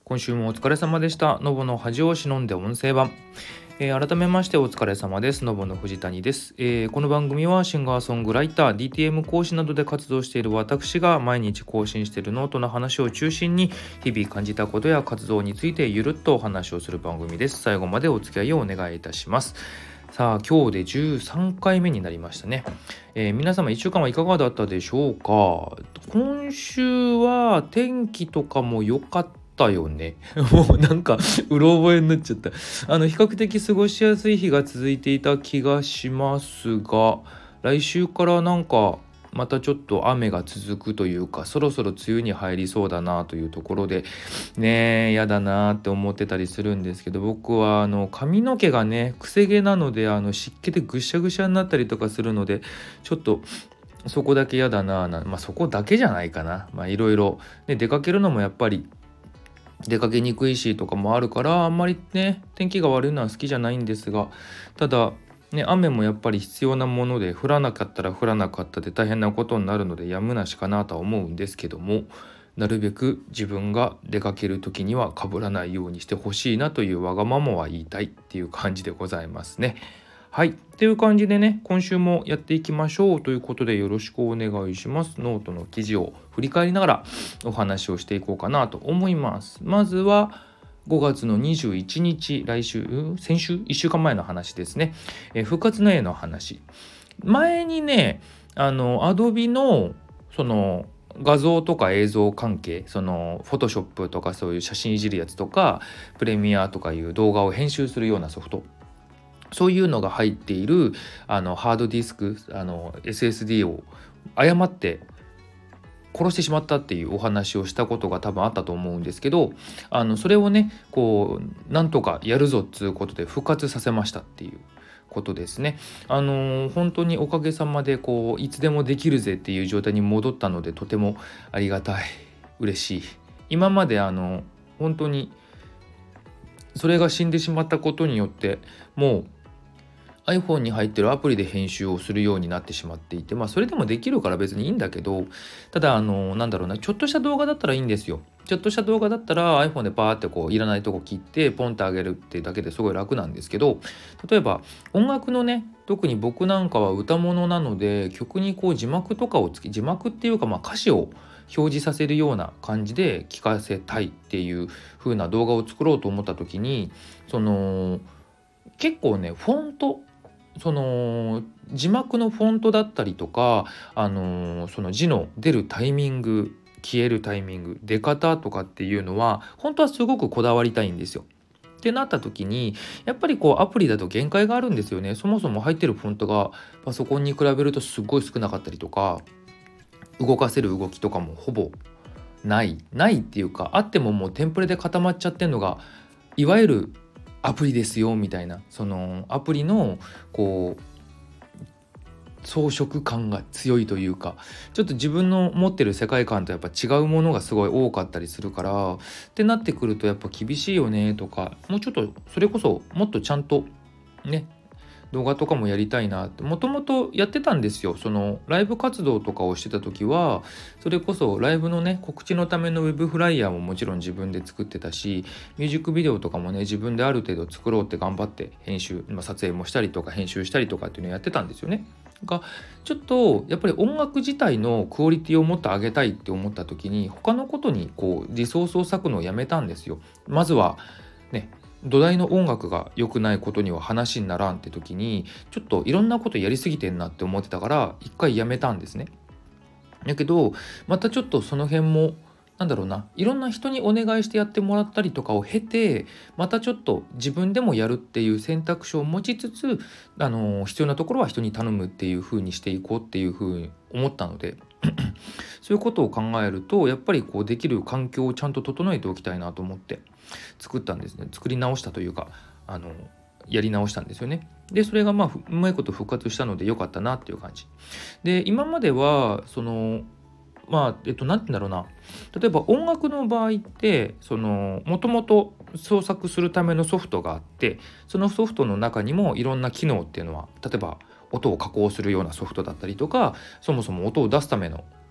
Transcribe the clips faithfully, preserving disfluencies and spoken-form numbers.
今週もお疲れ様でした。のぼの恥を忍んで音声版、えー改めましてお疲れ様です。のぼの藤谷です、えーこの番組はシンガーソングライター ディーティーエム 講師などで活動している私が毎日更新しているノートの話を中心に日々感じたことや活動についてゆるっとお話をする番組です。最後までお付き合いをお願いいたします。さあ今日でじゅうさんかいめになりましたね、えー皆様いっしゅうかんはいかがだったでしょうか。今週は天気とかも良かったよねもうなんかうろ覚えになっちゃった。あの比較的過ごしやすい日が続いていた気がしますが、来週からなんかまたちょっと雨が続くというか、そろそろ梅雨に入りそうだなというところでね、やだなって思ってたりするんですけど、僕はあの髪の毛がねくせ毛なので、あの湿気でぐしゃぐしゃになったりとかするので、ちょっとそこだけやだなな、まあそこだけじゃないかな。まあいろいろね、出かけるのもやっぱり出かけにくいしとかもあるから、あんまりね天気が悪いのは好きじゃないんですが、ただね雨もやっぱり必要なもので、降らなかったら降らなかったで大変なことになるのでやむなしかなとは思うんですけども、なるべく自分が出かける時には被らないようにしてほしいなというわがままは言いたいっていう感じでございますね。はいという感じでね、今週もやっていきましょうということでよろしくお願いします。ノートの記事を振り返りながらお話をしていこうかなと思います。まずはごがつのにじゅういちにち、来週先週いっしゅうかんまえの話ですね、えー復活の絵の話。前にねあの Adobe のその画像とか映像関係、その Photoshop とかそういう写真いじるやつとかプレミアとかいう動画を編集するようなソフト、そういうのが入っているあのハードディスク、あの エスエスディー を誤って殺してしまったっていうお話をしたことが多分あったと思うんですけど、あのそれをねこうなんとかやるぞっつうことで復活させましたっていうことですね。あのー本当におかげさまでこういつでもできるぜっていう状態に戻ったので、とてもありがたい、嬉しい。今まであの本当にそれが死んでしまったことによって、もうiPhone に入ってるアプリで編集をするようになってしまっていて、まあそれでもできるから別にいいんだけど、ただあのなんだろうな、ちょっとした動画だったらいいんですよ。ちょっとした動画だったら iPhone でパーってこういらないとこ切ってポンってあげるっていうだけですごい楽なんですけど、例えば音楽のね、特に僕なんかは歌物なので、曲にこう字幕とかをつけ、字幕っていうかまあ歌詞を表示させるような感じで聞かせたいっていう風な動画を作ろうと思った時に、その結構ねフォント、その字幕のフォントだったりとか、あのーその字の出るタイミング、消えるタイミング、出方とかっていうのは本当はすごくこだわりたいんですよ。ってなった時にやっぱりこうアプリだと限界があるんですよね。そもそも入ってるフォントがパソコンに比べるとすごい少なかったりとか、動かせる動きとかもほぼないないっていうか、あってももうテンプレで固まっちゃってるのがいわゆるアプリですよみたいな、そのアプリのこう装飾感が強いというか、ちょっと自分の持ってる世界観とやっぱ違うものがすごい多かったりするから、ってなってくるとやっぱ厳しいよねとか、もうちょっとそれこそもっとちゃんとね動画とかもやりたいなってもともとやってたんですよ。そのライブ活動とかをしてた時は、それこそライブのね告知のためのウェブフライヤーももちろん自分で作ってたし、ミュージックビデオとかもね自分である程度作ろうって頑張って編集、まあ、撮影もしたりとか編集したりとかっていうのをやってたんですよね。がちょっとやっぱり音楽自体のクオリティをもっと上げたいって思った時に、他のことにこうリソースを割くのをやめたんですよ。まずはね、土台の音楽が良くないことには話にならんって時に、ちょっといろんなことやりすぎてんなって思ってたから一回やめたんですね。だけどまたちょっとその辺もなんだろうな、いろんな人にお願いしてやってもらったりとかを経て、またちょっと自分でもやるっていう選択肢を持ちつつ、あの必要なところは人に頼むっていう風にしていこうっていう風に思ったのでそういうことを考えると、やっぱりこうできる環境をちゃんと整えておきたいなと思って作ったんですね。作り直したというか、あのやり直したんですよね。でそれがまあうまいこと復活したので良かったなっていう感じで、今まではそのまあえっと何て言うんだろうな、例えば音楽の場合ってそのもともと創作するためのソフトがあって、そのソフトの中にもいろんな機能っていうのは、例えば音を加工するようなソフトだったりとか、そもそも音を出すための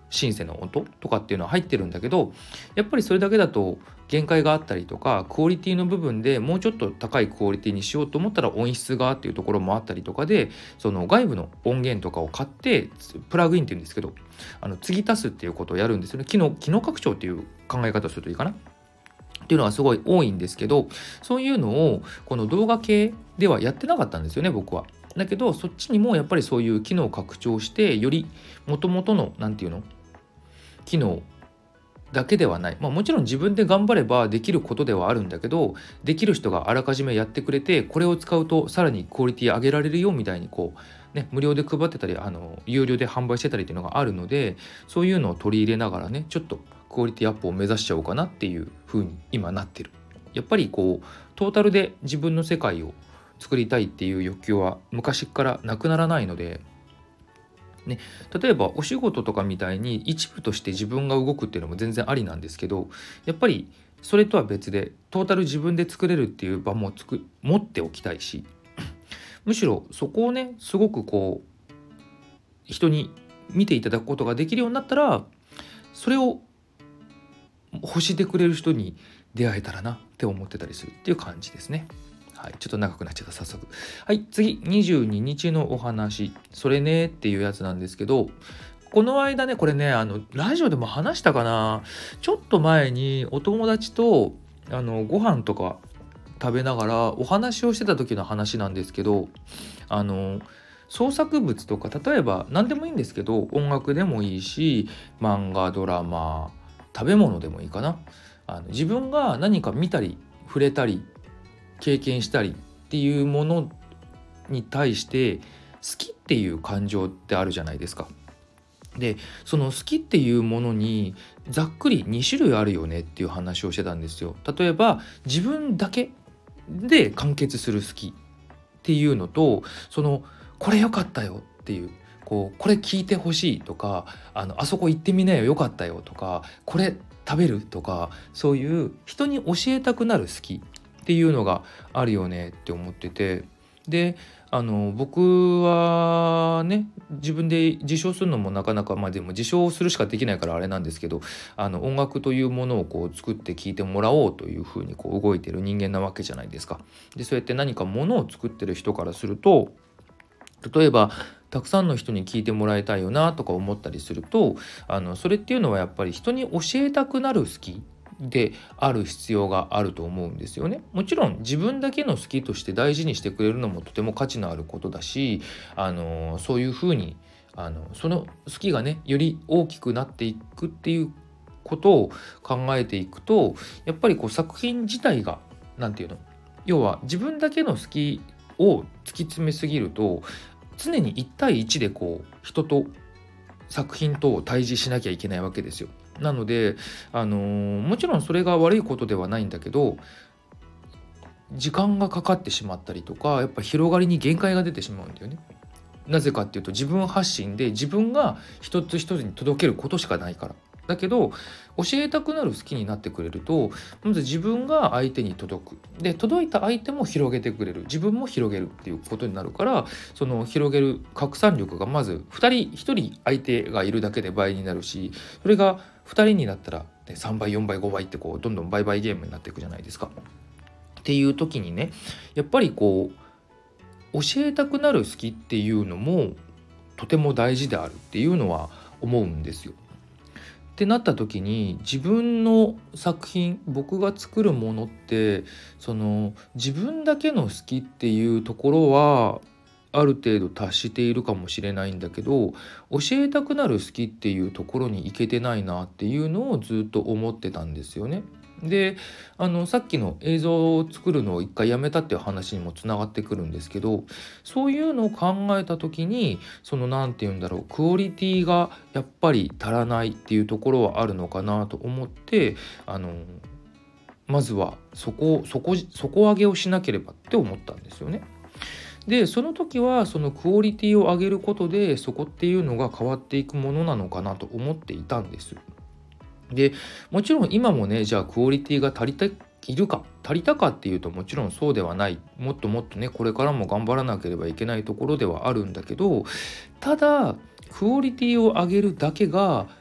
シンセの音とかっていうのは入ってるんだけど、やっぱりそれだけだと限界があったりとか、クオリティの部分でもうちょっと高いクオリティにしようと思ったら音質がっていうところもあったりとかで、その外部の音源とかを買ってプラグインっていうんですけど、あの継ぎ足すっていうことをやるんですよね。機能機能拡張っていう考え方をするといいかなっていうのがすごい多いんですけど、そういうのをこの動画系ではやってなかったんですよね、僕は。だけどそっちにもやっぱりそういう機能を拡張して、より元々のなんていうの機能だけではない、まあ、もちろん自分で頑張ればできることではあるんだけど、できる人があらかじめやってくれて、これを使うとさらにクオリティ上げられるよみたいにこう、ね、無料で配ってたりあの有料で販売してたりっていうのがあるので、そういうのを取り入れながらね、ちょっとクオリティアップを目指しちゃおうかなっていう風に今なってる。やっぱりこうトータルで自分の世界を作りたいっていう欲求は昔からなくならないので、ね、例えばお仕事とかみたいに一部として自分が動くっていうのも全然ありなんですけど、やっぱりそれとは別でトータル自分で作れるっていう場もつく持っておきたいし、むしろそこをねすごくこう人に見ていただくことができるようになったら、それを欲してくれる人に出会えたらなって思ってたりするっていう感じですね。はい、ちょっと長くなっちゃった早速。はい、次にじゅうににちのお話、それねっていうやつなんですけど、この間ねこれねあのラジオでも話したかな、ちょっと前にお友達とあのご飯とか食べながらお話をしてた時の話なんですけど、あの創作物とか例えば何でもいいんですけど、音楽でもいいし漫画ドラマ食べ物でもいいかな、あの自分が何か見たり触れたり経験したりっていうものに対して好きっていう感情ってあるじゃないですか。でその好きっていうものにざっくりに種類あるよねっていう話をしてたんですよ。例えば自分だけで完結する好きっていうのと、そのこれ良かったよっていう、こうこれ聞いてほしいとか、あのあそこ行ってみなよ良かったよとか、これ食べるとか、そういう人に教えたくなる好きっていうのがあるよねって思ってて、であの僕はね自分で自称するのもなかなか、まあでも自称するしかできないからあれなんですけど、あの音楽というものをこう作って聴いてもらおうというふうにこう動いてる人間なわけじゃないですか。でそうやって何かものを作ってる人からすると、例えばたくさんの人に聞いてもらいたいよなとか思ったりすると、あのそれっていうのはやっぱり人に教えたくなる好きである必要があると思うんですよね。もちろん自分だけの好きとして大事にしてくれるのもとても価値のあることだし、あのそういうふうにあのその好きがねより大きくなっていくっていうことを考えていくと、やっぱりこう作品自体がなんていうの、要は自分だけの好きを突き詰めすぎると、常にいち対いちでこう人と作品と対峙しなきゃいけないわけですよ。なので、あのーもちろんそれが悪いことではないんだけど、時間がかかってしまったりとか、やっぱ広がりに限界が出てしまうんだよね。なぜかっていうと自分発信で自分が一つ一つに届けることしかないから。だけど教えたくなる好きになってくれると、まず自分が相手に届く、で届いた相手も広げてくれる、自分も広げるっていうことになるから、その広げる拡散力がまずふたりひとり相手がいるだけで倍になるし、それがふたりになったら、ね、さんばいよんばいごばいってこうどんどん倍々ゲームになっていくじゃないですか。っていう時にね、やっぱりこう教えたくなる好きっていうのもとても大事であるっていうのは思うんですよ。ってなった時に、自分の作品、僕が作るものってその自分だけの好きっていうところはある程度達しているかもしれないんだけど、教えたくなる好きっていうところに行けてないなっていうのをずっと思ってたんですよね。であのさっきの映像を作るのを一回やめたっていう話にもつながってくるんですけど、そういうのを考えた時に、そのなんて言うんだろう、クオリティがやっぱり足らないっていうところはあるのかなと思って、あのまずはそこそこ底上げをしなければって思ったんですよね。でその時はそのクオリティを上げることでそこっていうのが変わっていくものなのかなと思っていたんです。でもちろん今もね、じゃあクオリティが足りているか足りたかっていうともちろんそうではない、もっともっとねこれからも頑張らなければいけないところではあるんだけど、ただクオリティを上げるだけが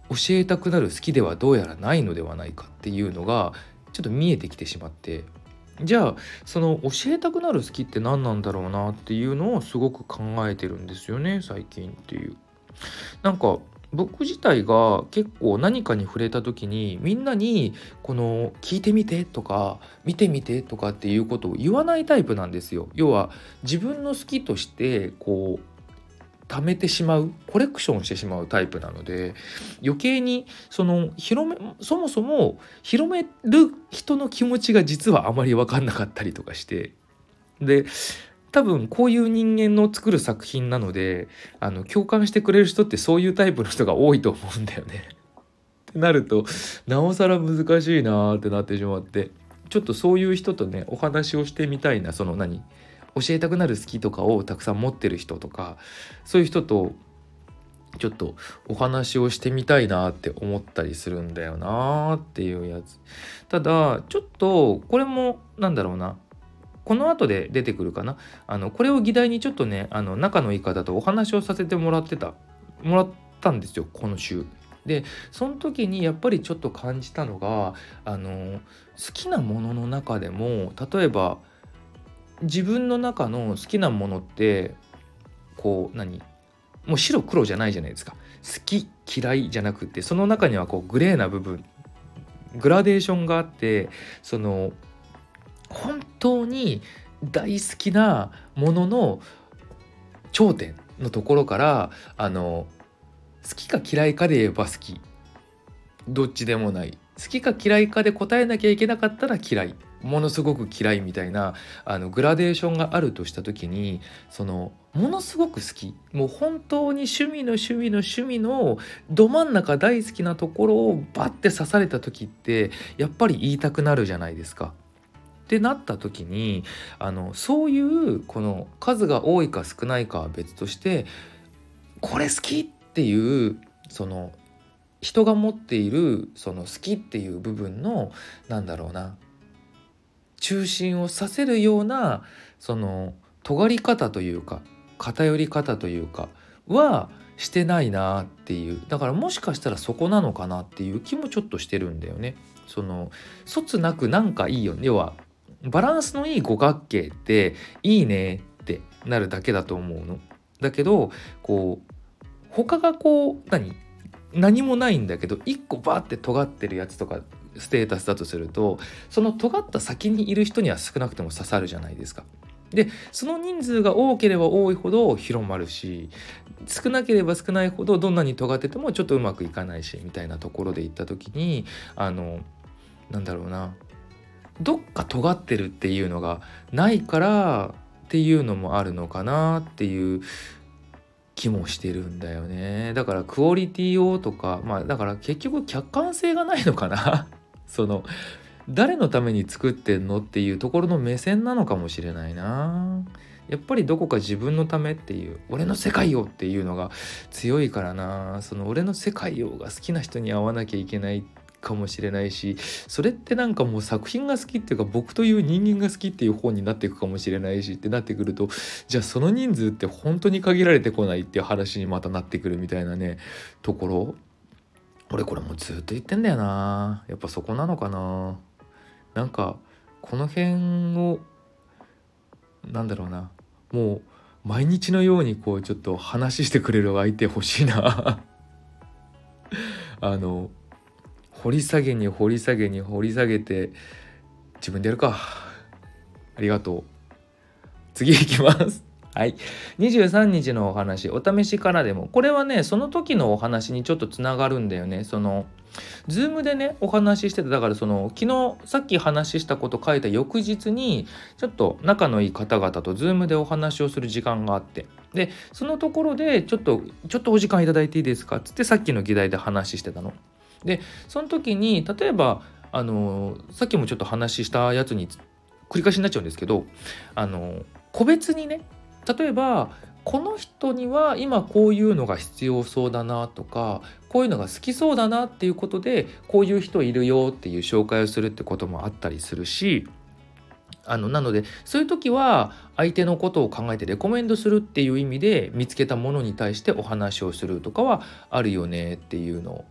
教えたくなる好きではどうやらないのではないかっていうのがちょっと見えてきてしまって、じゃあその教えたくなる好きって何なんだろうなっていうのをすごく考えてるんですよね、最近っていう。なんか僕自体が結構何かに触れた時にみんなにこの聞いてみてとか見てみてとかっていうことを言わないタイプなんですよ。要は自分の好きとしてこう貯めてしまう、コレクションしてしまうタイプなので、余計にその広めそもそも広める人の気持ちが実はあまり分かんなかったりとかして、で多分こういう人間の作る作品なので、あの共感してくれる人ってそういうタイプの人が多いと思うんだよねってなるとなおさら難しいなーってなってしまって、ちょっとそういう人とねお話をしてみたいな。その何教えたくなる好きとかをたくさん持ってる人とか、そういう人とちょっとお話をしてみたいなって思ったりするんだよなっていうやつ。ただちょっとこれもなんだろうな、この後で出てくるかな、あのこれを議題にちょっとね、あの仲のいい方とお話をさせてもらってたもらったんですよ、この週で。その時にやっぱりちょっと感じたのが、あの好きなものの中でも例えば自分の中の好きなものってこう何もう白黒じゃないじゃないですか。好き嫌いじゃなくて、その中にはこうグレーな部分、グラデーションがあって、その本当に大好きなものの頂点のところから、あの好きか嫌いかで言えば好き、どっちでもない、好きか嫌いかで答えなきゃいけなかったら嫌い、ものすごく嫌いみたいな、あのグラデーションがあるとした時に、そのものすごく好き、もう本当に趣味の趣味の趣味のど真ん中大好きなところをバッて刺された時ってやっぱり言いたくなるじゃないですか。ってなった時に、あのそういうこの数が多いか少ないかは別として、これ好きっていうその人が持っているその好きっていう部分のなんだろうな、中心をさせるようなその尖り方というか偏り方というかはしてないなっていう。だからもしかしたらそこなのかなっていう気もちょっとしてるんだよね。そのそつなくなんかいいよね、要はバランスのいい五角形っていいねってなるだけだと思うの。だけどこう他がこう何何もないんだけど一個バーって尖ってるやつとかステータスだとすると、その尖った先にいる人には少なくても刺さるじゃないですか。でその人数が多ければ多いほど広まるし、少なければ少ないほどどんなに尖っててもちょっとうまくいかないしみたいなところでいった時に、あのなんだろうな、どっか尖ってるっていうのがないからっていうのもあるのかなっていう気もしてるんだよね。だからクオリティをとか、まあだから結局客観性がないのかなその誰のために作ってんのっていうところの目線なのかもしれないな。やっぱりどこか自分のためっていう、俺の世界をっていうのが強いからな。その俺の世界をが好きな人に会わなきゃいけないかもしれないし、それってなんかもう作品が好きっていうか僕という人間が好きっていう方になっていくかもしれないしってなってくると、じゃあその人数って本当に限られてこないっていう話にまたなってくるみたいなねところ。俺これもうずっと言ってんだよな。やっぱそこなのかな。なんかこの辺をなんだろうな、もう毎日のようにこうちょっと話してくれる相手欲しいなあの掘り下げに掘り下げに掘り下げて自分でやるか。ありがとう。次行きますはい、にじゅうさんにちのお話、お試しからでも、これはねその時のお話にちょっとつながるんだよね。そのズームでねお話ししてた、だからその昨日さっき話したこと書いた翌日にちょっと仲のいい方々とズームでお話をする時間があって、でそのところでちょっとちょっとお時間いただいていいですかっつってさっきの議題で話してたので、その時に例えばあのさっきもちょっと話したやつに繰り返しになっちゃうんですけど、あの個別にね、例えばこの人には今こういうのが必要そうだなとか、こういうのが好きそうだなっていうことでこういう人いるよっていう紹介をするってこともあったりするし、あのなのでそういう時は相手のことを考えてレコメンドするっていう意味で見つけたものに対してお話をするとかはあるよねっていうの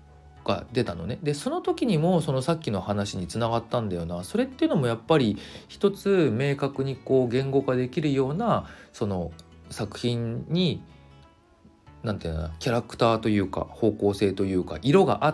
が出たのね。でその時にもそのさっきの話につながったんだよな。それっていうのもやっぱり一つ明確にこう言語化できるようなその作品になんていうのかな、キャラクターというか方向性というか色があって、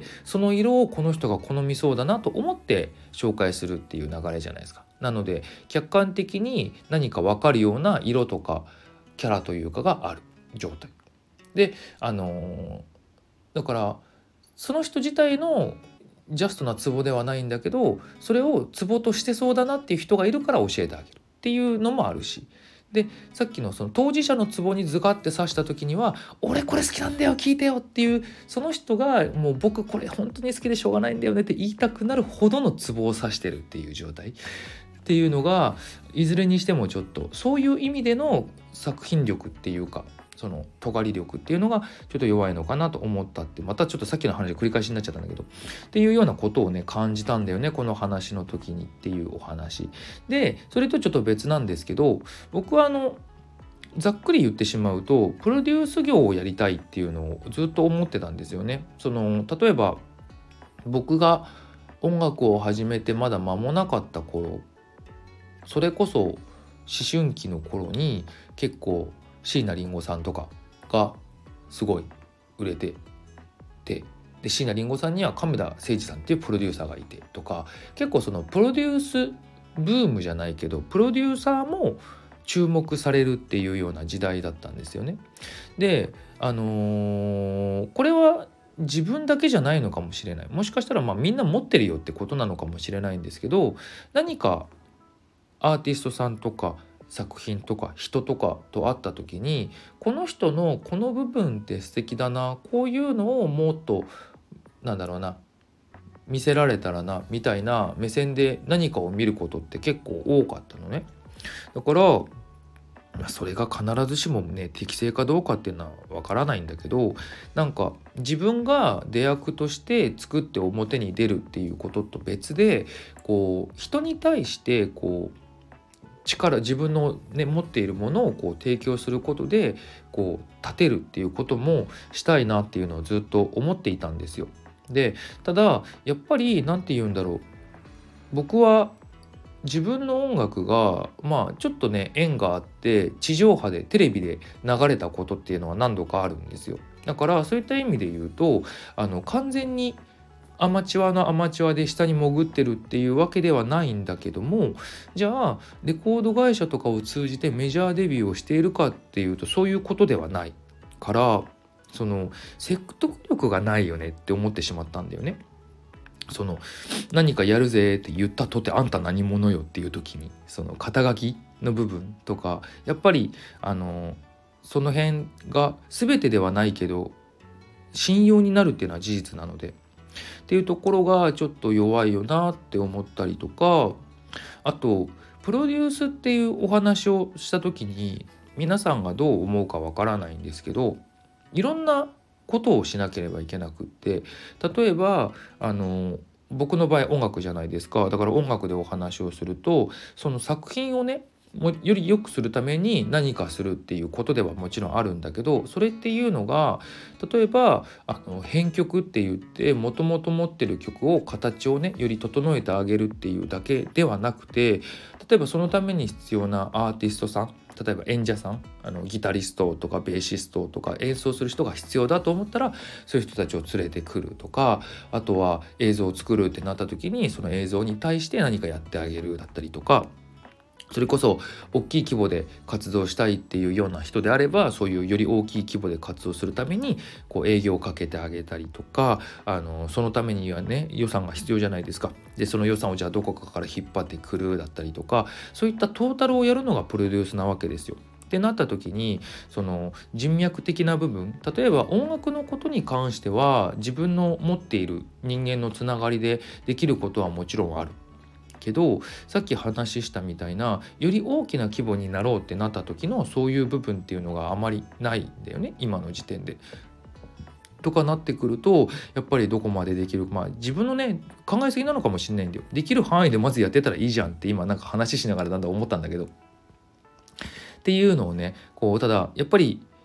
その色をこの人が好みそうだなと思って紹介するっていう流れじゃないですか。なので客観的に何か分かるような色とかキャラというかがある状態で、あのーだからその人自体のジャストなツボではないんだけど、それをツボとしてそうだなっていう人がいるから教えてあげるっていうのもあるし、でさっきのその当事者のツボにズカって刺した時には俺これ好きなんだよ聞いてよっていう、その人がもう僕これ本当に好きでしょうがないんだよねって言いたくなるほどのツボを刺してるっていう状態っていうのが、いずれにしてもちょっとそういう意味での作品力っていうかその尖り力っていうのがちょっと弱いのかなと思ったって、またちょっとさっきの話で繰り返しになっちゃったんだけどっていうようなことをね感じたんだよね、この話の時にっていうお話で。それとちょっと別なんですけど、僕はあのざっくり言ってしまうとプロデュース業をやりたいっていうのをずっと思ってたんですよね。その例えば僕が音楽を始めてまだ間もなかった頃、それこそ思春期の頃に結構椎名林檎さんとかがすごい売れてて、で椎名林檎さんには亀田誠治さんっていうプロデューサーがいてとか、結構そのプロデュースブームじゃないけどプロデューサーも注目されるっていうような時代だったんですよね。であのーこれは自分だけじゃないのかもしれない、もしかしたらまあみんな持ってるよってことなのかもしれないんですけど、何かアーティストさんとか作品とか人とかと会った時に、この人のこの部分って素敵だな、こういうのをもっとなんだろうな見せられたらなみたいな目線で何かを見ることって結構多かったのね。だからそれが必ずしもね適正かどうかっていうのはわからないんだけど、なんか自分が出役として作って表に出るっていうことと別で、こう人に対してこう力、自分の、ね、持っているものをこう提供することでこう立てるっていうこともしたいなっていうのをずっと思っていたんですよ。でただやっぱりなんて言うんだろう、僕は自分の音楽がまあちょっとね縁があって地上波でテレビで流れたことっていうのは何度かあるんですよ。だからそういった意味で言うとあの完全にアマチュアのアマチュアで下に潜ってるっていうわけではないんだけども、じゃあレコード会社とかを通じてメジャーデビューをしているかっていうとそういうことではないから、その説得力がないよねって思ってしまったんだよね。その何かやるぜって言ったとてあんた何者よっていう時にその肩書きの部分とかやっぱりあのその辺が全てではないけど信用になるっていうのは事実なのでっていうところがちょっと弱いよなって思ったりとか、あとプロデュースっていうお話をした時に皆さんがどう思うかわからないんですけど、いろんなことをしなければいけなくって、例えばあの僕の場合音楽じゃないですか。だから音楽でお話をするとその作品をねもより良くするために何かするっていうことではもちろんあるんだけど、それっていうのが例えばあの編曲って言ってもともと持ってる曲を形をねより整えてあげるっていうだけではなくて、例えばそのために必要なアーティストさん、例えば演者さん、あのギタリストとかベーシストとか演奏する人が必要だと思ったらそういう人たちを連れてくるとか、あとは映像を作るってなった時にその映像に対して何かやってあげるだったりとか、それこそ大きい規模で活動したいっていうような人であればそういうより大きい規模で活動するためにこう営業をかけてあげたりとか、あのそのためにはね予算が必要じゃないですか。でその予算をじゃあどこかから引っ張ってくるだったりとか、そういったトータルをやるのがプロデュースなわけですよ。ってなった時にその人脈的な部分、例えば音楽のことに関しては自分の持っている人間のつながりでできることはもちろんあるけど、さっき話したみたいなより大きな規模になろうってなった時のそういう部分っていうのがあまりないんだよね今の時点で。とかなってくるとやっぱりどこまでできる、まあ自分のね考えすぎなのかもしれないんだよ。できる範囲でまずやってたらいいじゃんって今なんか話しながらだんだん思ったんだけどっていうのをねこうただやっぱり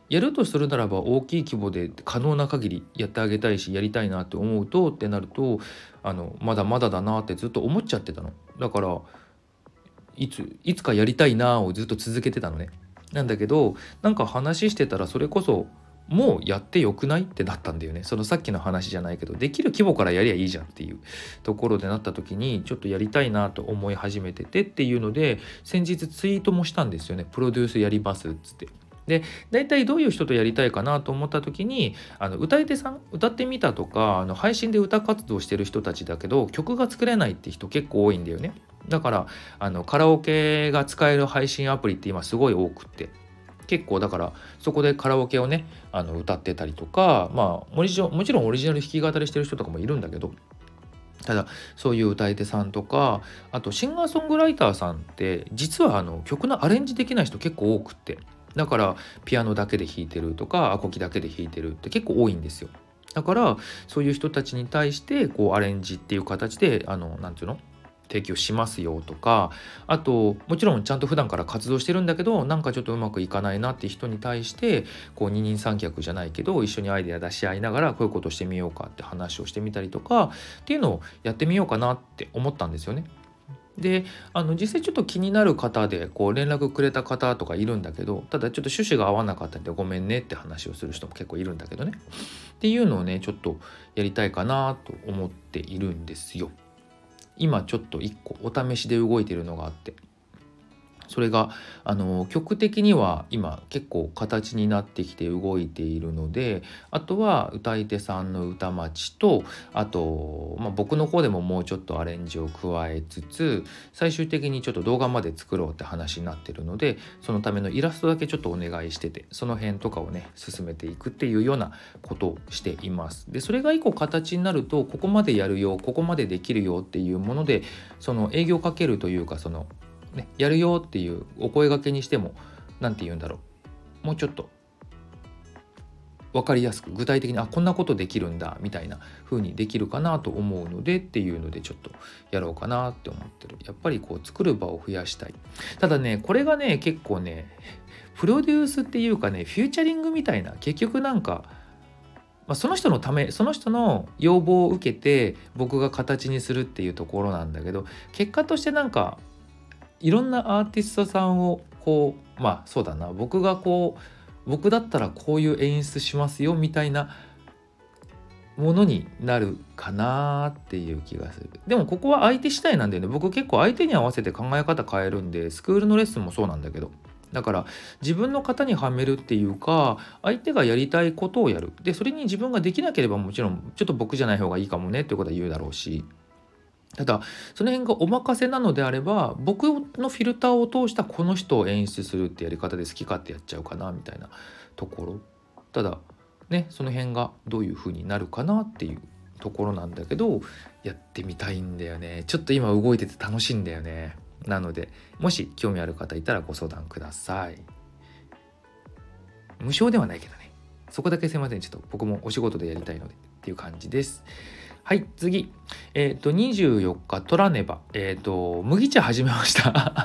やるとするならば大きい規模で可能な限りやってあげたいし、やりたいなって思うとってなると、あのまだまだだなってずっと思っちゃってたの。だからいついつかやりたいなをずっと続けてたのね。なんだけど、なんか話してたらそれこそもうやってよくないってなったんだよね。そのさっきの話じゃないけど、できる規模からやりゃいいじゃんっていうところでなった時に、ちょっとやりたいなと思い始めててっていうので、先日ツイートもしたんですよね。プロデュースやりますっつって。で、大体どういう人とやりたいかなと思った時に、あの歌い手さん、歌ってみたとか、あの配信で歌活動してる人たちだけど曲が作れないって人結構多いんだよね。だからあのカラオケが使える配信アプリって今すごい多くって、結構だからそこでカラオケをね、あの歌ってたりとか、まあもちろんもちろんオリジナル弾き語りしてる人とかもいるんだけど、ただそういう歌い手さんとか、あとシンガーソングライターさんって実はあの曲のアレンジできない人結構多くって、だからピアノだけで弾いてるとかアコギだけで弾いてるって結構多いんですよ。だからそういう人たちに対してこうアレンジっていう形で、あのなんていうの、提供しますよとか、あともちろんちゃんと普段から活動してるんだけど、なんかちょっとうまくいかないなって人に対して、こう二人三脚じゃないけど一緒にアイデア出し合いながらこういうことしてみようかって話をしてみたりとかっていうのをやってみようかなって思ったんですよね。で、あの実際ちょっと気になる方でこう連絡くれた方とかいるんだけど、ただちょっと趣旨が合わなかったんでごめんねって話をする人も結構いるんだけどね、っていうのをねちょっとやりたいかなと思っているんですよ。今ちょっといっこお試しで動いているのがあって、それがあの曲的には今結構形になってきて動いているので、あとは歌い手さんの歌待ちと、あと、まあ、僕の方でももうちょっとアレンジを加えつつ、最終的にちょっと動画まで作ろうって話になってるので、そのためのイラストだけちょっとお願いしてて、その辺とかをね進めていくっていうようなことをしています。でそれが一個形になると、ここまでやるよ、ここまでできるよっていうもので、その営業かけるというか、そのね、やるよっていうお声掛けにしても、なんて言うんだろう、もうちょっと分かりやすく具体的に、あこんなことできるんだみたいな風にできるかなと思うのでっていうので、ちょっとやろうかなって思ってる。やっぱりこう作る場を増やしたい。ただねこれがね結構ねプロデュースっていうかね、フューチャリングみたいな、結局なんか、まあ、その人のため、その人の要望を受けて僕が形にするっていうところなんだけど、結果としてなんかいろんなアーティストさんをこう、まあそうだな、僕がこう僕だったらこういう演出しますよみたいなものになるかなっていう気がする。でもここは相手次第なんだよね。僕結構相手に合わせて考え方変えるんで、スクールのレッスンもそうなんだけど、だから自分の型にはめるっていうか、相手がやりたいことをやる。でそれに自分ができなければもちろんちょっと僕じゃない方がいいかもねっていうことは言うだろうし、ただその辺がお任せなのであれば、僕のフィルターを通したこの人を演出するってやり方で好き勝手やっちゃうかなみたいなところ。ただね、その辺がどういう風になるかなっていうところなんだけど、やってみたいんだよね。ちょっと今動いてて楽しいんだよね。なのでもし興味ある方いたらご相談ください。無償ではないけどね、そこだけすいません、ちょっと僕もお仕事でやりたいのでっていう感じです。はい、次。えっ、ー、と、にじゅうよっか、トラネバ。えっ、ー、と、麦茶始めました。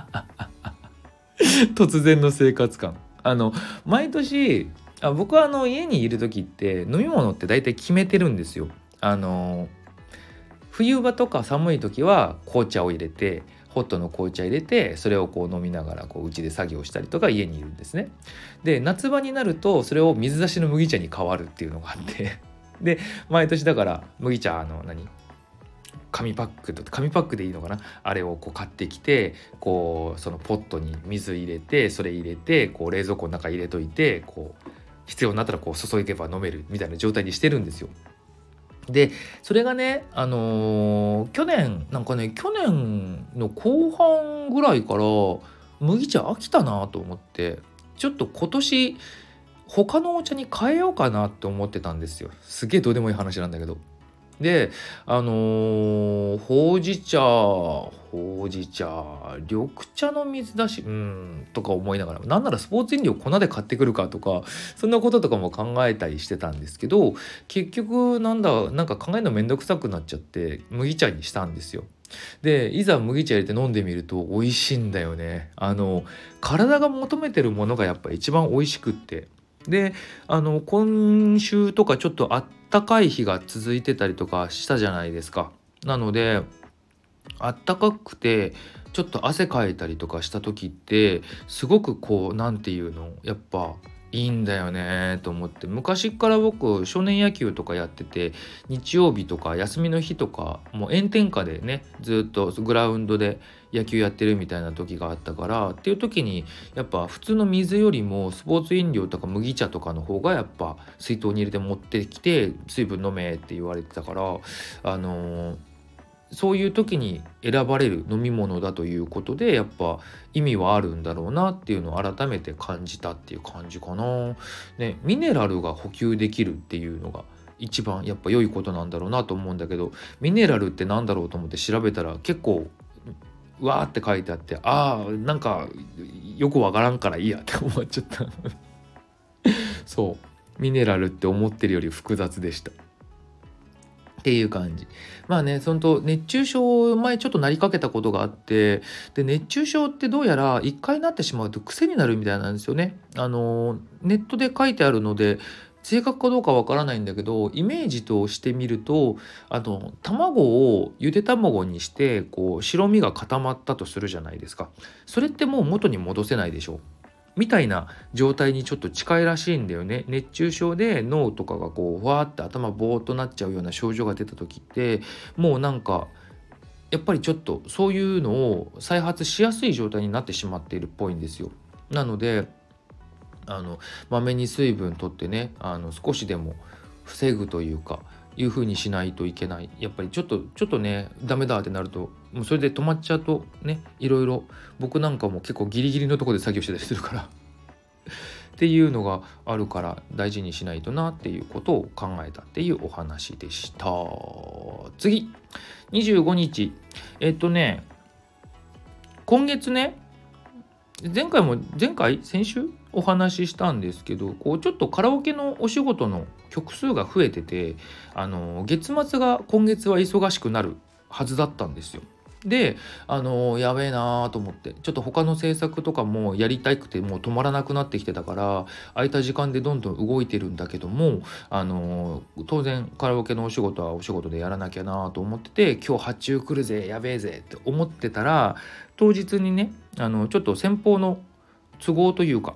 突然の生活感。あの、毎年、あ僕はあの家にいる時って飲み物って大体決めてるんですよ。あの、冬場とか寒い時は紅茶を入れて、ホットの紅茶入れて、それをこう飲みながらこう家で作業したりとか家にいるんですね。で、夏場になるとそれを水出しの麦茶に変わるっていうのがあって、で毎年だから麦茶あの何紙パックと紙パックでいいのかな、あれをこう買ってきて、こうそのポットに水入れて、それ入れてこう冷蔵庫の中入れといて、こう必要になったらこう注げば飲めるみたいな状態にしてるんですよ。でそれがね、あのー去年なんかね去年の後半ぐらいから麦茶飽きたなと思って、ちょっと今年他のお茶に変えようかなって思ってたんですよ。すげえどうでもいい話なんだけど。であのーほうじ茶ほうじ茶緑茶の水出しうんとか思いながら、なんならスポーツ飲料粉で買ってくるかとか、そんなこととかも考えたりしてたんですけど、結局なんだなんか考えるのめんどくさくなっちゃって麦茶にしたんですよ。でいざ麦茶入れて飲んでみると美味しいんだよね。あの体が求めてるものがやっぱ一番美味しくって、 であの今週とかちょっとあったかい日が続いてたりとかしたじゃないですか。なのであったかくてちょっと汗かいたりとかした時ってすごくこうなんていうのやっぱいいんだよねと思って、昔から僕少年野球とかやってて日曜日とか休みの日とかもう炎天下でねずっとグラウンドで野球やってるみたいな時があったから、っていう時にやっぱ普通の水よりもスポーツ飲料とか麦茶とかの方がやっぱ水筒に入れて持ってきて水分飲めって言われてたから、あのーそういう時に選ばれる飲み物だということでやっぱ意味はあるんだろうなっていうのを改めて感じたっていう感じかな。ね、ミネラルが補給できるっていうのが一番やっぱ良いことなんだろうなと思うんだけど、ミネラルってなんだろうと思って調べたら結構わーって書いてあって、あーなんかよくわからんからいいやって思っちゃったそうミネラルって思ってるより複雑でしたっていう感じ。まあね、そのと熱中症前ちょっとなりかけたことがあって、で熱中症ってどうやら一回なってしまうと癖になるみたいなんですよね。あのネットで書いてあるので正確かどうかわからないんだけど、イメージとしてみるとあの卵をゆで卵にしてこう白身が固まったとするじゃないですか。それってもう元に戻せないでしょみたいな状態にちょっと近いらしいんだよね。熱中症で脳とかがこうふわーって頭ボーっとなっちゃうような症状が出た時ってもうなんかやっぱりちょっとそういうのを再発しやすい状態になってしまっているっぽいんですよ。なのであのまめに水分取ってね、あの少しでも防ぐというかいう風にしないといけない。やっぱりちょっとちょっとねダメだってなるともうそれで止まっちゃうとね、いろいろ僕なんかも結構ギリギリのところで作業してたりするからっていうのがあるから大事にしないとなっていうことを考えたっていうお話でした。次にじゅうごにち、えっとね今月ね、前回も前回先週お話ししたんですけど、こうちょっとカラオケのお仕事の曲数が増えてて、あの月末が今月は忙しくなるはずだったんですよ。であのやべえなーと思ってちょっと他の制作とかもやりたくてもう止まらなくなってきてたから、空いた時間でどんどん動いてるんだけども、あの当然カラオケのお仕事はお仕事でやらなきゃなと思ってて、今日発注来るぜやべえぜって思ってたら、当日にねあのちょっと先方の都合というか、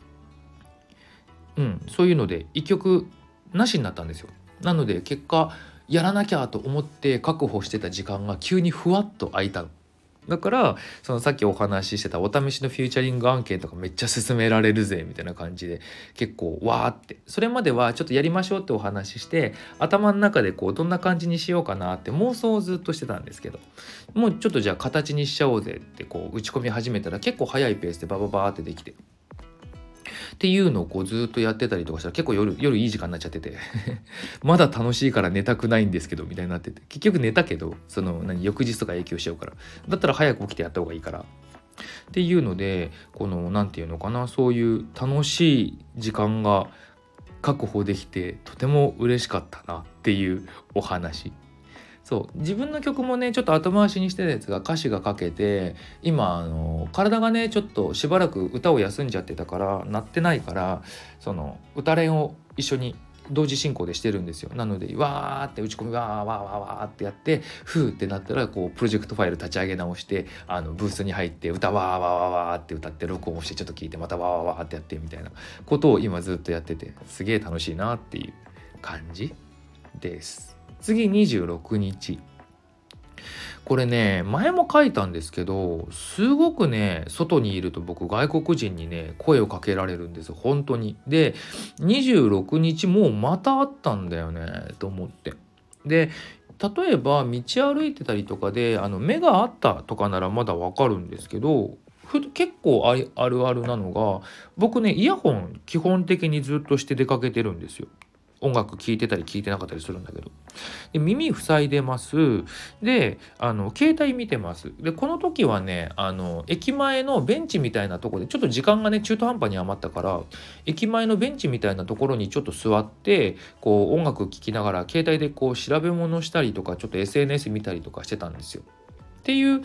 うん、そういうので一曲なしになったんですよ。なので結果やらなきゃと思って確保してた時間が急にふわっと空いたの。だからそのさっきお話ししてたお試しのフューチャリング案件とかめっちゃ進められるぜみたいな感じで結構わーって、それまではちょっとやりましょうってお話しして頭の中でこうどんな感じにしようかなって妄想をずっとしてたんですけど、もうちょっとじゃあ形にしちゃおうぜってこう打ち込み始めたら結構早いペースでバババーってできてっていうのをこうずっとやってたりとかしたら結構夜夜いい時間になっちゃっててまだ楽しいから寝たくないんですけどみたいになってて、結局寝たけどその何翌日とか影響しちゃうから、だったら早く起きてやった方がいいからっていうので、このなんていうのかな、そういう楽しい時間が確保できてとても嬉しかったなっていうお話。そう自分の曲もねちょっと後回しにしてたやつが歌詞が書けて、今あの体がねちょっとしばらく歌を休んじゃってたから鳴ってないから、その歌練を一緒に同時進行でしてるんですよ。なのでわーって打ち込みわーわーわーわーってやってふーってなったらこうプロジェクトファイル立ち上げ直してあのブースに入って歌わーわーわーわーって歌って録音してちょっと聞いてまたわーわーわーってやってみたいなことを今ずっとやっててすげえ楽しいなっていう感じです。次にじゅうろくにち、これね前も書いたんですけど、すごくね外にいると僕外国人にね声をかけられるんですよ本当に。でにじゅうろくにちもうまた会ったんだよねと思って、で例えば道歩いてたりとかであの目があったとかならまだわかるんですけど、ふ結構ありあるあるなのが、僕ねイヤホン基本的にずっとして出かけてるんですよ。音楽聴いてたり聴いてなかったりするんだけど、で耳塞いでます。であの携帯見てます。でこの時はねあの駅前のベンチみたいなところでちょっと時間がね中途半端に余ったから、駅前のベンチみたいなところにちょっと座ってこう音楽聴きながら携帯でこう調べ物したりとかちょっと エスエヌエス 見たりとかしてたんですよ。っていう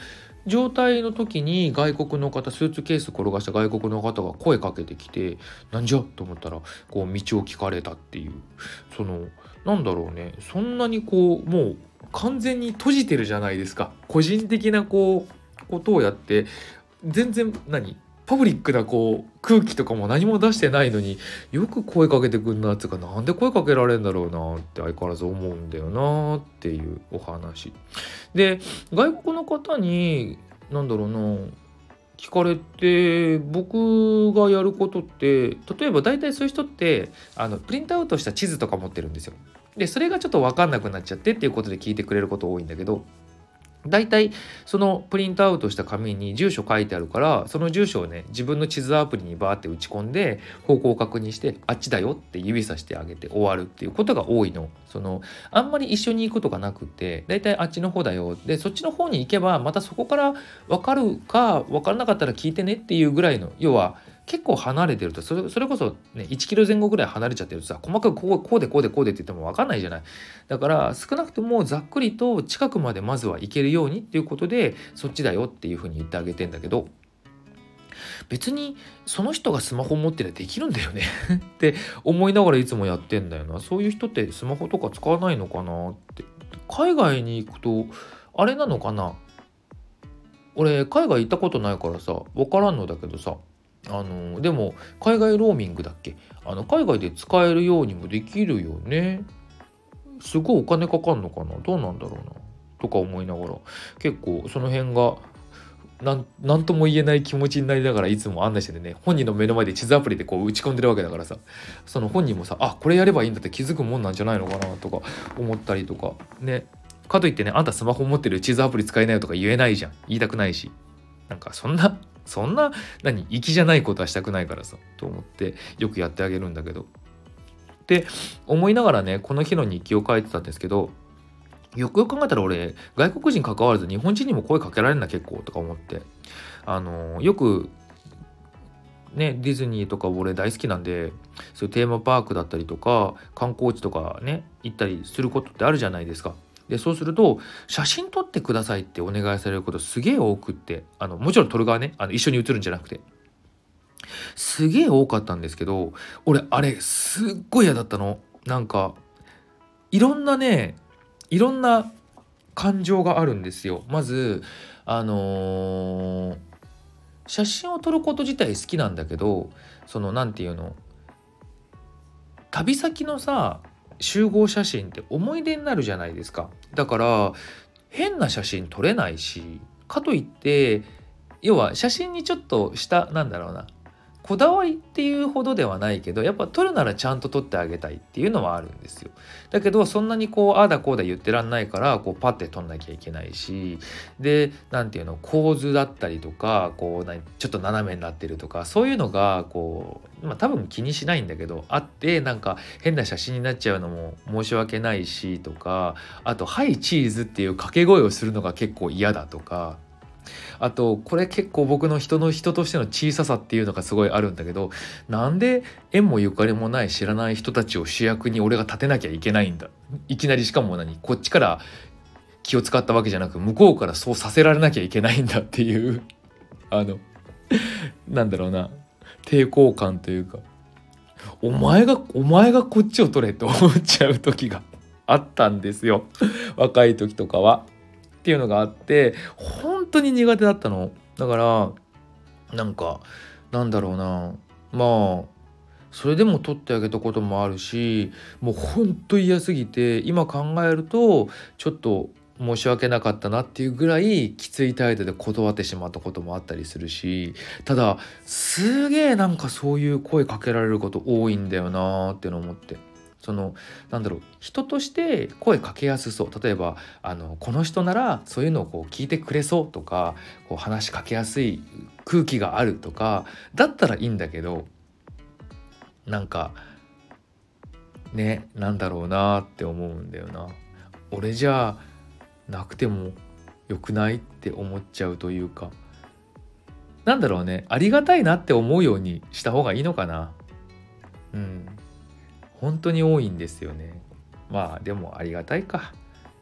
状態の時に外国の方、スーツケース転がした外国の方が声かけてきて、なんじゃと思ったらこう道を聞かれたっていう、そのなんだろうね、そんなにこうもう完全に閉じてるじゃないですか、個人的なこうことをやって、全然何パブリックなこう空気とかも何も出してないのによく声かけてくんなっつうか、なんで声かけられるんだろうなって相変わらず思うんだよなっていうお話で、外国の方になんだろうな聞かれて、僕がやることって、例えば大体そういう人ってあのプリントアウトした地図とか持ってるんですよ。でそれがちょっと分かんなくなっちゃってっていうことで聞いてくれること多いんだけど、大体そのプリントアウトした紙に住所書いてあるから、その住所をね自分の地図アプリにバーって打ち込んで方向を確認して、あっちだよって指さしてあげて終わるっていうことが多いの。そのあんまり一緒に行くとかなくて、大体あっちの方だよで、そっちの方に行けばまたそこから分かるか分からなかったら聞いてねっていうぐらいの、要は結構離れてると、それそれこそねいちキロ前後ぐらい離れちゃってるとさ、細かくこうこうでこうでこうでって言っても分かんないじゃない。だから少なくともざっくりと近くまでまずは行けるようにっていうことで、そっちだよっていうふうに言ってあげてんだけど、別にその人がスマホ持ってりゃできるんだよねって思いながらいつもやってんだよな。そういう人ってスマホとか使わないのかなって。海外に行くとあれなのかな、俺海外行ったことないからさ分からんのだけどさ、あのでも海外ローミングだっけ、あの海外で使えるようにもできるよね。すごいお金かかんのかな、どうなんだろうなとか思いながら、結構その辺がなんなんとも言えない気持ちになりながらいつも案内しててね、本人の目の前で地図アプリでこう打ち込んでるわけだからさ、その本人もさ、あこれやればいいんだって気づくもんなんじゃないのかなとか思ったりとかね。かといってね、あんたスマホ持ってる地図アプリ使えないよとか言えないじゃん、言いたくないし、なんかそんなそんな何粋じゃないことはしたくないからさと思ってよくやってあげるんだけど、って思いながらねこの日の日記を書いてたんですけど、よくよく考えたら俺外国人関わらず日本人にも声かけられるな結構とか思って、あのよくねディズニーとか俺大好きなんで、そういうテーマパークだったりとか観光地とかね行ったりすることってあるじゃないですか。でそうすると写真撮ってくださいってお願いされることすげえ多くって、あのもちろん撮る側ね、あの一緒に写るんじゃなくてすげえ多かったんですけど、俺あれすっごい嫌だったの。なんかいろんなねいろんな感情があるんですよ。まずあのー写真を撮ること自体好きなんだけど、そのなんていうの、旅先のさ集合写真って思い出になるじゃないですか。だから変な写真撮れないし、かといって要は写真にちょっとしたなんだろうなこだわりっていうほどではないけど、やっぱ撮るならちゃんと撮ってあげたいっていうのはあるんですよ。だけどそんなにこうああだこうだ言ってらんないから、こうパッて撮んなきゃいけないし、でなんていうの構図だったりとかこうなちょっと斜めになってるとかそういうのがこうまあ多分気にしないんだけどあって、なんか変な写真になっちゃうのも申し訳ないしとか、あと「はいチーズ」っていう掛け声をするのが結構嫌だとか、あとこれ結構僕の人の人としての小ささっていうのがすごいあるんだけど、なんで縁もゆかりもない知らない人たちを主役に俺が立てなきゃいけないんだ、いきなり、しかも何こっちから気を使ったわけじゃなく向こうからそうさせられなきゃいけないんだっていうあのなんだろうな抵抗感というか、お前がお前がこっちを取れって思っちゃう時があったんですよ若い時とかはっていうのがあって、本当に苦手だったの。だからなんかなんだろうな、まあそれでも取ってあげたこともあるし、もう本当嫌すぎて今考えるとちょっと申し訳なかったなっていうぐらいきつい態度で断ってしまったこともあったりするし、ただすげえなんかそういう声かけられること多いんだよなーっての思って、そのなんだろう人として声かけやすそう、例えばあのこの人ならそういうのをこう聞いてくれそうとか、こう話しかけやすい空気があるとかだったらいいんだけど、なんかねなんだろうなって思うんだよな。俺じゃなくてもよくないって思っちゃうというか、なんだろうね、ありがたいなって思うようにした方がいいのかな。うん本当に多いんですよね。まあでもありがたいか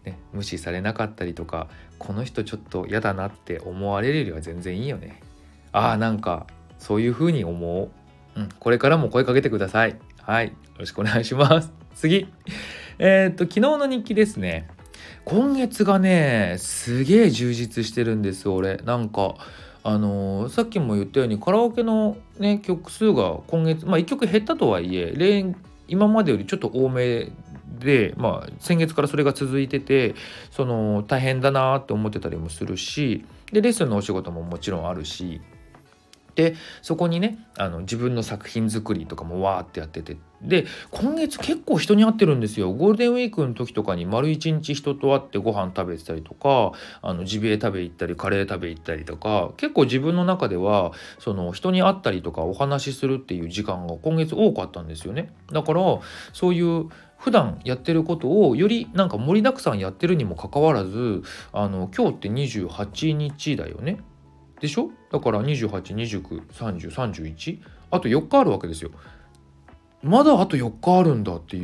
ね、無視されなかったりとか、この人ちょっと嫌だなって思われるよりは全然いいよね。ああ、なんかそういう風に思う。うん、これからも声かけてください。はい、よろしくお願いします。次。えー、っと昨日の日記ですね。今月がねすげえ充実してるんです俺。なんかあのーさっきも言ったようにカラオケのね曲数が今月まあいっきょく減ったとはいえ例今までよりちょっと多めで、まあ先月からそれが続いてて、その大変だなって思ってたりもするし、でレッスンのお仕事ももちろんあるし、でそこにねあの自分の作品作りとかもわーってやってて、で今月結構人に会ってるんですよ。ゴールデンウィークの時とかに丸一日人と会ってご飯食べてたりとか、あのジビエ食べ行ったりカレー食べ行ったりとか、結構自分の中ではその人に会ったりとかお話しするっていう時間が今月多かったんですよね。だからそういう普段やってることをよりなんか盛りだくさんやってるにもかかわらず、あの今日ってにじゅうはちにちだよね。でしょ。だからにじゅうはち、にじゅうく、さんじゅう、さんじゅういち、あとよっかあるわけですよ。まだあとよっかあるんだっていう、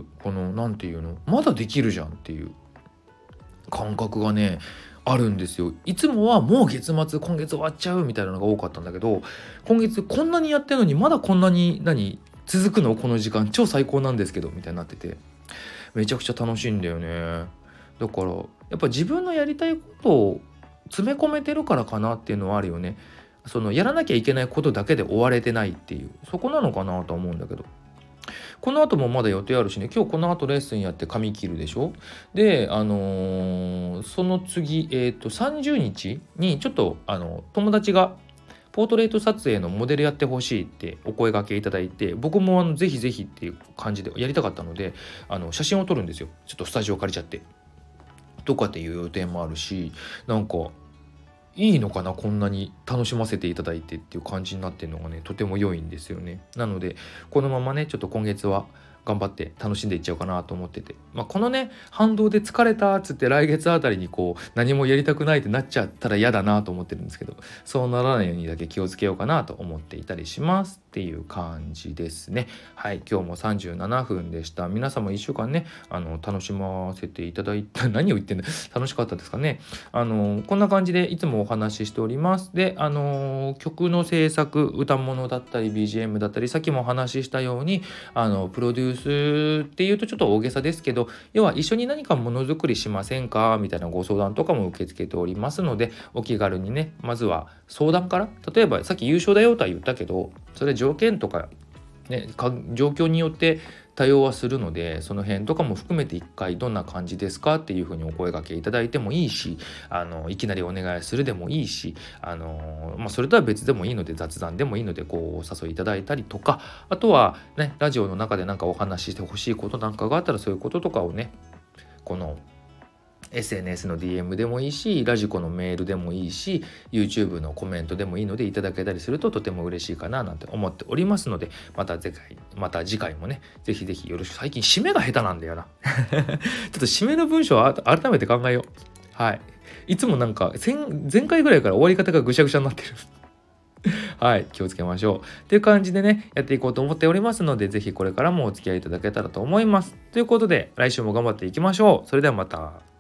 このなんていうの、まだできるじゃんっていう感覚がねあるんですよ。いつもはもう月末今月終わっちゃうみたいなのが多かったんだけど、今月こんなにやってるのにまだこんなに何続くの、この時間超最高なんですけどみたいになってて、めちゃくちゃ楽しいんだよね。だからやっぱ自分のやりたいことを詰め込めてるからかなっていうのはあるよね。そのやらなきゃいけないことだけで追われてないっていう、そこなのかなとは思うんだけど、この後もまだ予定あるしね。今日この後レッスンやって髪切るでしょ。であのーその次えっ、とさんじゅうにちにちょっとあの友達がポートレート撮影のモデルやってほしいってお声掛けいただいて、僕もあのぜひぜひっていう感じでやりたかったので、あの写真を撮るんですよ。ちょっとスタジオ借りちゃってとかっていう予定もあるし、なんかいいのかな、こんなに楽しませていただいてっていう感じになってるのがねとても良いんですよね。なのでこのままねちょっと今月は頑張って楽しんでいっちゃおうかなと思ってて、まあ、このね反動で疲れたっつって来月あたりにこう何もやりたくないってなっちゃったら嫌だなと思ってるんですけど、そうならないようにだけ気をつけようかなと思っていたりしますっていう感じですね。はい、今日もさんじゅうななふんでした。皆さんもいっしゅうかんねあの楽しませていただいた何を言ってんだ楽しかったですかね。あのこんな感じでいつもお話ししております。であの曲の制作、歌物だったり ビージーエム だったり、さっきもお話ししたようにあのプロデュースっていうとちょっと大げさですけど、要は一緒に何かものづくりしませんかみたいなご相談とかも受け付けておりますので、お気軽にねまずは相談から、例えばさっき優勝だよとは言ったけど、それ条件とかねか状況によって多様はするので、その辺とかも含めて一回どんな感じですかっていうふうにお声掛けいただいてもいいし、あのいきなりお願いするでもいいし、あの、まあ、それとは別でもいいので雑談でもいいのでこうお誘いいただいたりとか、あとはねラジオの中でなんかお話ししてほしいことなんかがあったらそういうこととかをねこのエスエヌエス の ディーエム でもいいし、ラジコのメールでもいいし、 YouTube のコメントでもいいのでいただけたりするととても嬉しいかななんて思っておりますので、また次回また次回もねぜひぜひよろしく。最近締めが下手なんだよなちょっと締めの文章を改めて考えよう。はい、いつもなんか前前回ぐらいから終わり方がぐしゃぐしゃになってるはい、気をつけましょうっていう感じでねやっていこうと思っておりますので、ぜひこれからもお付き合いいただけたらと思います。ということで来週も頑張っていきましょう。それではまた。